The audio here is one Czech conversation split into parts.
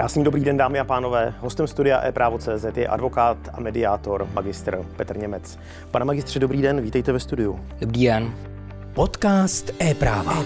Krásný dobrý den, dámy a pánové. Hostem studia ePrávo.cz je advokát a mediátor magistr Petr Němec. Pane magistře, dobrý den, vítejte ve studiu. Dobrý den. Podcast ePráva.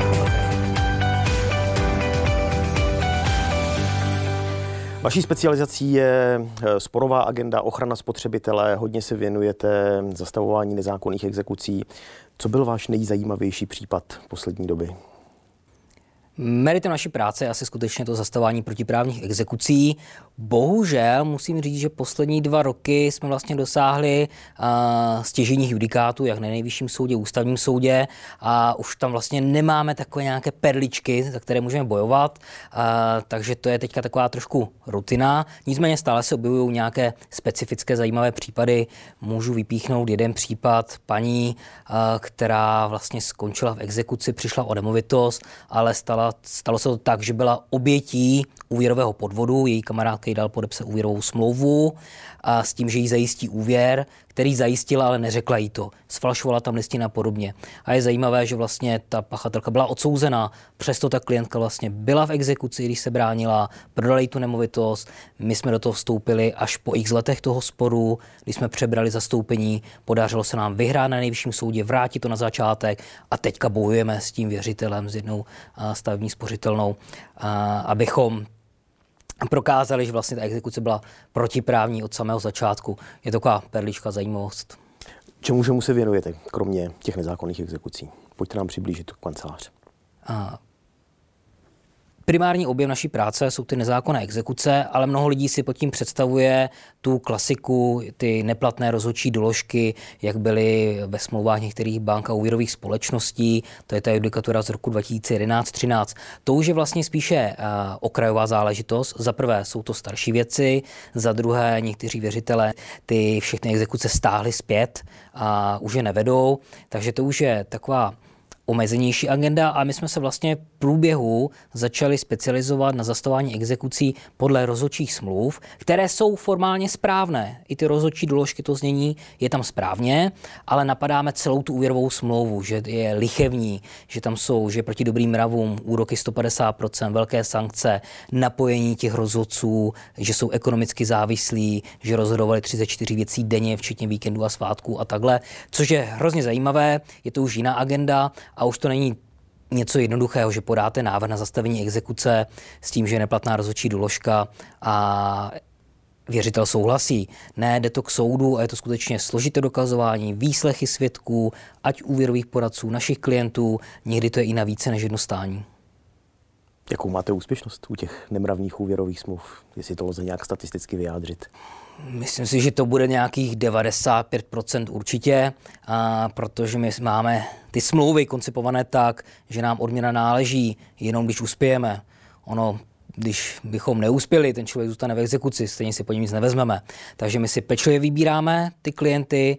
Vaší specializací je sporová agenda, ochrana spotřebitele, hodně se věnujete zastavování nezákonných exekucí. Co byl váš nejzajímavější případ poslední doby? Meritem naší práce je asi skutečně to zastavování protiprávních exekucí. Bohužel musím říct, že poslední 2 roky jsme vlastně dosáhli stěžejních judikátů, jak na Nejvyšším soudě, Ústavním soudě, a už tam vlastně nemáme takové nějaké perličky, za které můžeme bojovat, takže to je teďka taková trošku rutina. Nicméně stále se objevují nějaké specifické zajímavé případy. Můžu vypíchnout jeden případ paní, která vlastně skončila v exekuci, přišla o nemovitost, ale stalo se to tak, že byla obětí úvěrového podvodu. Její kamarádka jí dal podepsat úvěrovou smlouvu a s tím, že jí zajistí úvěr, který zajistila, ale neřekla jí to. Sfalšovala tam listiny a podobně. A je zajímavé, že vlastně ta pachatelka byla odsouzena, přesto ta klientka vlastně byla v exekuci, když se bránila, prodala jí tu nemovitost. My jsme do toho vstoupili až po x letech toho sporu, když jsme přebrali zastoupení, podařilo se nám vyhrát na Nejvyšším soudě, vrátit to na začátek a teďka bojujeme s tím věřitelem, s jednou stavební spořitelnou, abychom prokázali, že vlastně ta exekuce byla protiprávní od samého začátku. Je to taková perlička, zajímavost. Čemu se věnujete, kromě těch nezákonných exekucí? Pojďte nám přiblížit tu kancelář. Primární objem naší práce jsou ty nezákonné exekuce, ale mnoho lidí si pod tím představuje tu klasiku, ty neplatné rozhodčí doložky, jak byly ve smlouvách některých bank a úvěrových společností. To je ta judikatura z roku 2011-13. To už je vlastně spíše okrajová záležitost. Za prvé jsou to starší věci, za druhé někteří věřitelé ty všechny exekuce stáhli zpět a už je nevedou, takže to už je taková omezenější agenda a my jsme se vlastně v průběhu začali specializovat na zastavování exekucí podle rozhodčích smluv, které jsou formálně správné. I ty rozhodčí doložky, to znění je tam správně, ale napadáme celou tu úvěrovou smlouvu, že je lichevní, že tam jsou, že proti dobrým mravům úroky 150%, velké sankce, napojení těch rozhodců, že jsou ekonomicky závislí, že rozhodovali 34 věcí denně, včetně víkendů a svátků a takhle, což je hrozně zajímavé, je to už jiná agenda. A už to není něco jednoduchého, že podáte návrh na zastavení exekuce s tím, že je neplatná rozhodčí doložka a věřitel souhlasí. Ne, jde to k soudu a je to skutečně složité dokazování, výslechy svědků, ať úvěrových poradců, našich klientů, někdy to je i na více než jedno stání. Jakou máte úspěšnost u těch nemravných úvěrových smluv, jestli to lze nějak statisticky vyjádřit? Myslím si, že to bude nějakých 95% určitě, protože my máme ty smlouvy koncipované tak, že nám odměna náleží jenom když uspějeme. Když bychom neuspěli, ten člověk zůstane v exekuci, stejně si po něm nic nevezmeme. Takže my si pečlivě vybíráme ty klienty,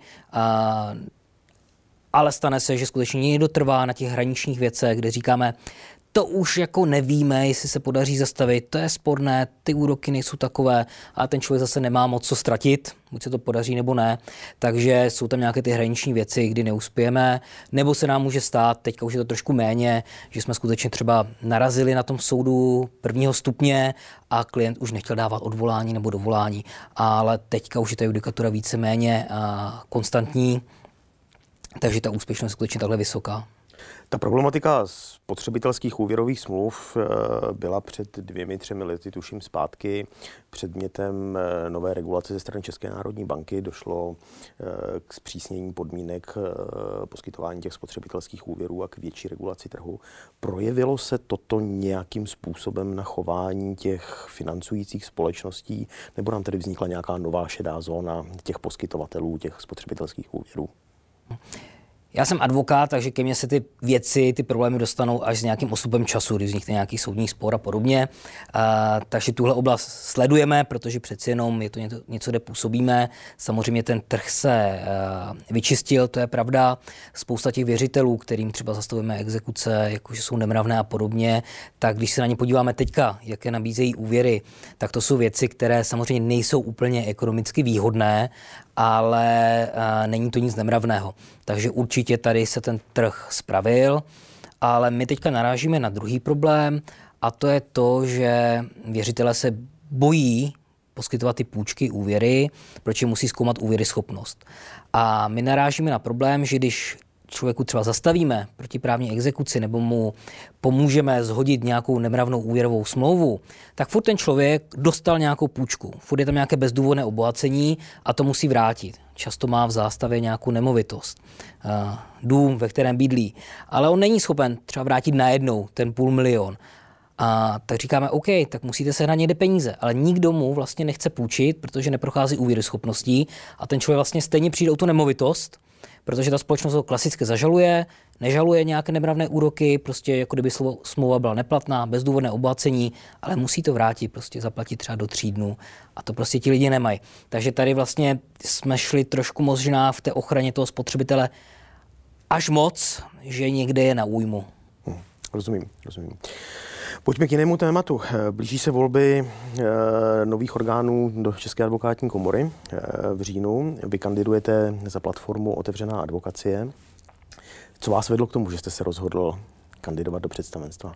ale stane se, že skutečně někdo trvá na těch hraničních věcech, kde říkáme, to už jako nevíme, jestli se podaří zastavit, to je sporné, ty úroky nejsou takové a ten člověk zase nemá moc co ztratit, buď se to podaří nebo ne, takže jsou tam nějaké ty hraniční věci, kdy neuspějeme, nebo se nám může stát, teďka už je to trošku méně, že jsme skutečně třeba narazili na tom soudu 1. stupně a klient už nechtěl dávat odvolání nebo dovolání, ale teďka už je ta judikatura víceméně konstantní, takže ta úspěšnost je skutečně takhle vysoká. Ta problematika spotřebitelských úvěrových smluv byla před 2-3 lety, tuším zpátky, předmětem nové regulace ze strany České národní banky. Došlo k zpřísnění podmínek poskytování těch spotřebitelských úvěrů a k větší regulaci trhu. Projevilo se toto nějakým způsobem na chování těch financujících společností, nebo nám tedy vznikla nějaká nová šedá zóna těch poskytovatelů těch spotřebitelských úvěrů? Já jsem advokát, takže ke mně se ty věci, ty problémy dostanou až s nějakým odstupem času, když vznikne nějaký soudní spor a podobně. Takže tuhle oblast sledujeme, protože přeci jenom je to něco, kde působíme. Samozřejmě ten trh se vyčistil, to je pravda. Spousta těch věřitelů, kterým třeba zastavujeme exekuce, jakože jsou nemravné a podobně, tak když se na ně podíváme teďka, jaké nabízejí úvěry, tak to jsou věci, které samozřejmě nejsou úplně ekonomicky výhodné, ale není to nic nemravného. Takže určitě tady se ten trh spravil, ale my teďka narážíme na druhý problém a to je to, že věřitelé se bojí poskytovat ty půjčky, úvěry, protože musí zkoumat úvěryschopnost. A my narážíme na problém, že když člověku třeba zastavíme protiprávní exekuci nebo mu pomůžeme zhodit nějakou nemravnou úvěrovou smlouvu, tak furt ten člověk dostal nějakou půjčku. Furt je tam nějaké bezdůvodné obohacení a to musí vrátit. Často má v zástavě nějakou nemovitost, dům, ve kterém bydlí. Ale on není schopen třeba vrátit najednou ten 500 000. A tak říkáme, OK, tak musíte sehnat někde peníze, ale nikdo mu vlastně nechce půjčit, protože neprochází úvěryschopností a ten člověk vlastně stejně přijde o tu nemovitost, protože ta společnost ho klasicky zažaluje, nežaluje nějaké nemravné úroky, prostě jako kdyby smlouva byla neplatná, bezdůvodné obohacení, ale musí to vrátit, prostě zaplatit třeba do 3 dnů a to prostě ti lidi nemají. Takže tady vlastně jsme šli trošku možná v té ochraně toho spotřebitele až moc, že někde je na újmu. Rozumím. Pojďme k jinému tématu. Blíží se volby nových orgánů do České advokátní komory v říjnu. Vy kandidujete za platformu Otevřená advokacie. Co vás vedlo k tomu, že jste se rozhodl kandidovat do představenstva?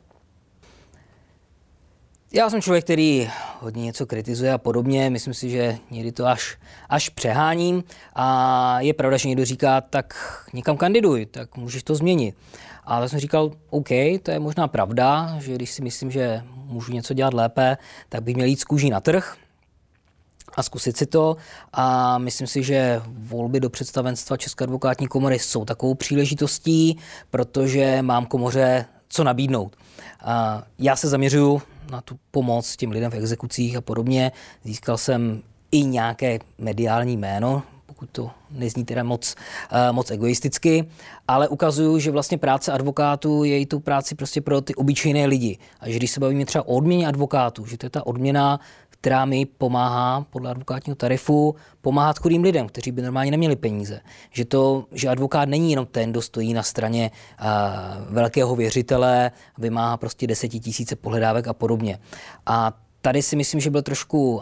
Já jsem člověk, který hodně něco kritizuje a podobně. Myslím si, že někdy to až přeháním. A je pravda, že někdo říká, tak někam kandiduj, tak můžeš to změnit. A tak jsem říkal, OK, to je možná pravda, že když si myslím, že můžu něco dělat lépe, tak bych měl jít z kůží na trh a zkusit si to. A myslím si, že volby do představenstva České advokátní komory jsou takovou příležitostí, protože mám komoře co nabídnout. A já se zaměřuju na tu pomoc těm lidem v exekucích a podobně. Získal jsem i nějaké mediální jméno, pokud to nezní teda moc egoisticky, ale ukazuju, že vlastně práce advokátů je i tu práci prostě pro ty obyčejné lidi. A že když se bavíme třeba o odměně advokátů, že to je ta odměna, která mi pomáhá podle advokátního tarifu pomáhat chudým lidem, kteří by normálně neměli peníze. Že advokát není jenom ten, kdo stojí na straně velkého věřitele, vymáhá prostě 10 000 pohledávek a podobně. A tady si myslím, že byl trošku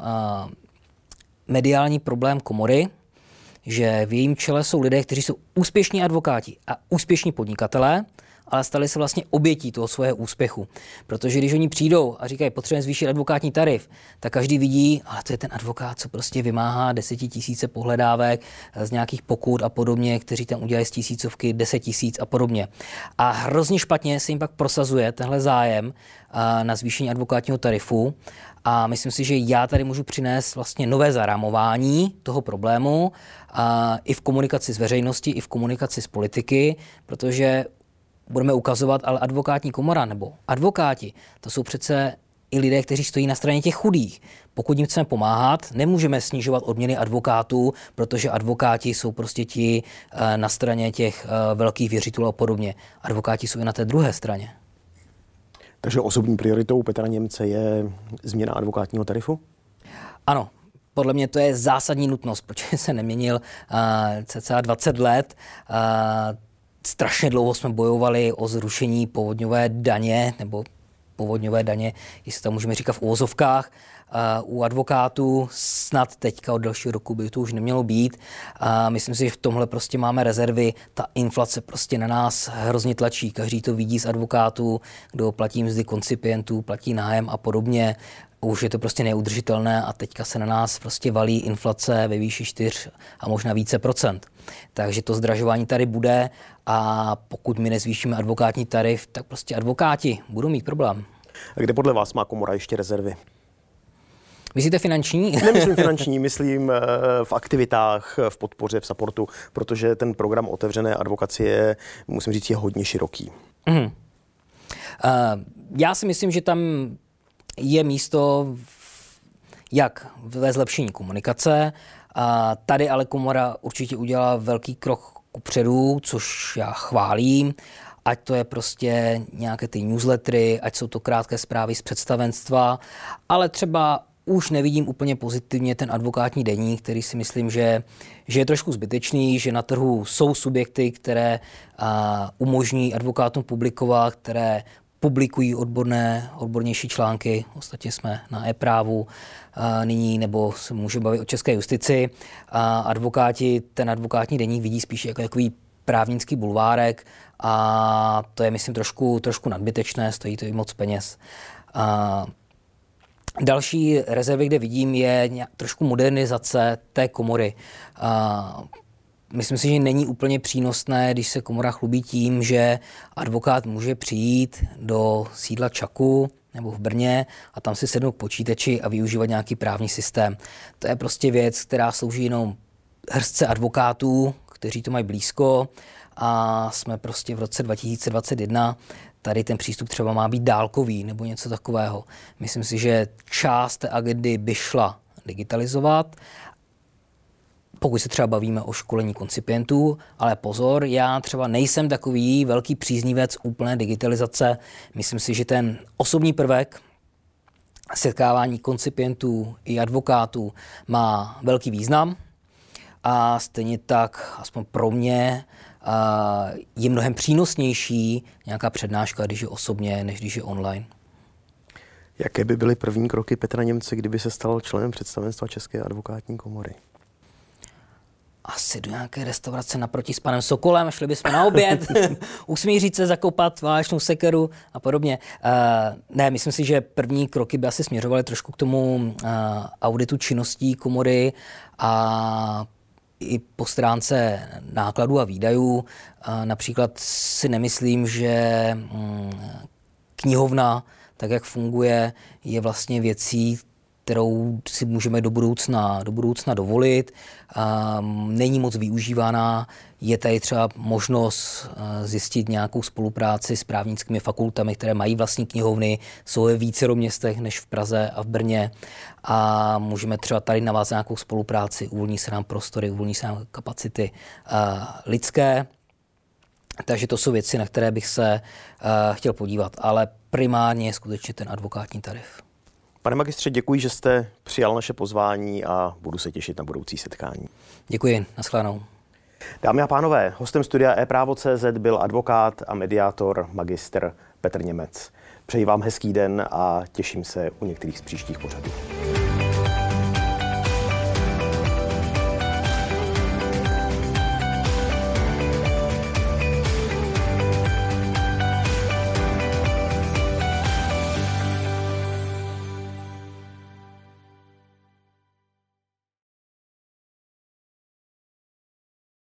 mediální problém komory, že v jejím čele jsou lidé, kteří jsou úspěšní advokáti a úspěšní podnikatelé, ale stali se vlastně obětí toho svého úspěchu. Protože když oni přijdou a říkají, potřebujeme zvýšit advokátní tarif, tak každý vidí, ale to je ten advokát, co prostě vymáhá 10 000 pohledávek z nějakých pokut a podobně, kteří tam udělají z 1000 10 000 a podobně. A hrozně špatně se jim pak prosazuje tenhle zájem na zvýšení advokátního tarifu. A myslím si, že já tady můžu přinést vlastně nové zarámování toho problému i v komunikaci s veřejností, i v komunikaci s politiky, protože budeme ukazovat, ale advokátní komora nebo advokáti, to jsou přece i lidé, kteří stojí na straně těch chudých. Pokud jim chceme pomáhat, nemůžeme snižovat odměny advokátů, protože advokáti jsou prostě ti na straně těch velkých věřitelů a podobně. Advokáti jsou i na té druhé straně. Takže osobní prioritou Petra Němce je změna advokátního tarifu? Ano, podle mě to je zásadní nutnost, protože se neměnil cca 20 let. Strašně dlouho jsme bojovali o zrušení povodňové daně, nebo povodňové daně, jestli to můžeme říkat v uvozovkách, u advokátů. Snad teďka od dalšího roku by to už nemělo být. Myslím si, že v tomhle prostě máme rezervy. Ta inflace prostě na nás hrozně tlačí. Každý to vidí z advokátů, kdo platí mzdy koncipientů, platí nájem a podobně. Už je to prostě neudržitelné a teďka se na nás prostě valí inflace ve výši 4 a možná více procent. Takže to zdražování tady bude a pokud my nezvýšíme advokátní tarif, tak prostě advokáti budou mít problém. A kde podle vás má komora ještě rezervy? Myslíte finanční? Nemyslím finanční, myslím v aktivitách, v podpoře, v supportu, protože ten program Otevřené advokacie, musím říct, je hodně široký. Já si myslím, že tam je místo jak ve zlepšení komunikace. Tady ale komora určitě udělala velký krok kupředu, což já chválím. Ať to je prostě nějaké ty newslettery, ať jsou to krátké zprávy z představenstva, ale třeba už nevidím úplně pozitivně ten advokátní deník, který si myslím, že je trošku zbytečný, že na trhu jsou subjekty, které umožní advokátům publikovat, které publikují odbornější články. Ostatně jsme na e-právu nyní, nebo se můžeme bavit o české justici. Advokáti ten advokátní deník vidí spíše jako takový právnický bulvárek a to je, myslím, trošku nadbytečné, stojí to i moc peněz. Další rezervy, kde vidím, je trošku modernizace té komory. Myslím si, že není úplně přínosné, když se komora chlubí tím, že advokát může přijít do sídla ČAKu nebo v Brně a tam si sednout k počítači a využívat nějaký právní systém. To je prostě věc, která slouží jenom hrstce advokátů, kteří to mají blízko a jsme prostě v roce 2021. Tady ten přístup třeba má být dálkový nebo něco takového. Myslím si, že část té agendy by šla digitalizovat, pokud se třeba bavíme o školení koncipientů, ale pozor, já třeba nejsem takový velký příznivec úplné digitalizace. Myslím si, že ten osobní prvek setkávání koncipientů i advokátů má velký význam a stejně tak, aspoň pro mě, je mnohem přínosnější nějaká přednáška, když je osobně, než když je online. Jaké by byly první kroky Petra Němce, kdyby se stal členem představenstva České advokátní komory? Asi do nějaké restaurace naproti s panem Sokolem, šli bychom na oběd, usmířit se, zakopat válečnou sekeru a podobně. Ne, myslím si, že první kroky by asi směřovaly trošku k tomu auditu činností komory a i po stránce nákladů a výdajů. Například si nemyslím, že knihovna, tak jak funguje, je vlastně věcí, kterou si můžeme do budoucna dovolit. Není moc využívaná. Je tady třeba možnost zjistit nějakou spolupráci s právnickými fakultami, které mají vlastní knihovny, jsou ve vícero městech než v Praze a v Brně. A můžeme třeba tady navázat nějakou spolupráci, uvolní se nám prostory, uvolní se nám kapacity lidské. Takže to jsou věci, na které bych se chtěl podívat. Ale primárně je skutečně ten advokátní tarif. Pane magistře, děkuji, že jste přijal naše pozvání a budu se těšit na budoucí setkání. Děkuji, nashledanou. Dámy a pánové, hostem studia ePrávo.cz byl advokát a mediátor magistr Petr Němec. Přeji vám hezký den a těším se u některých z příštích pořadů.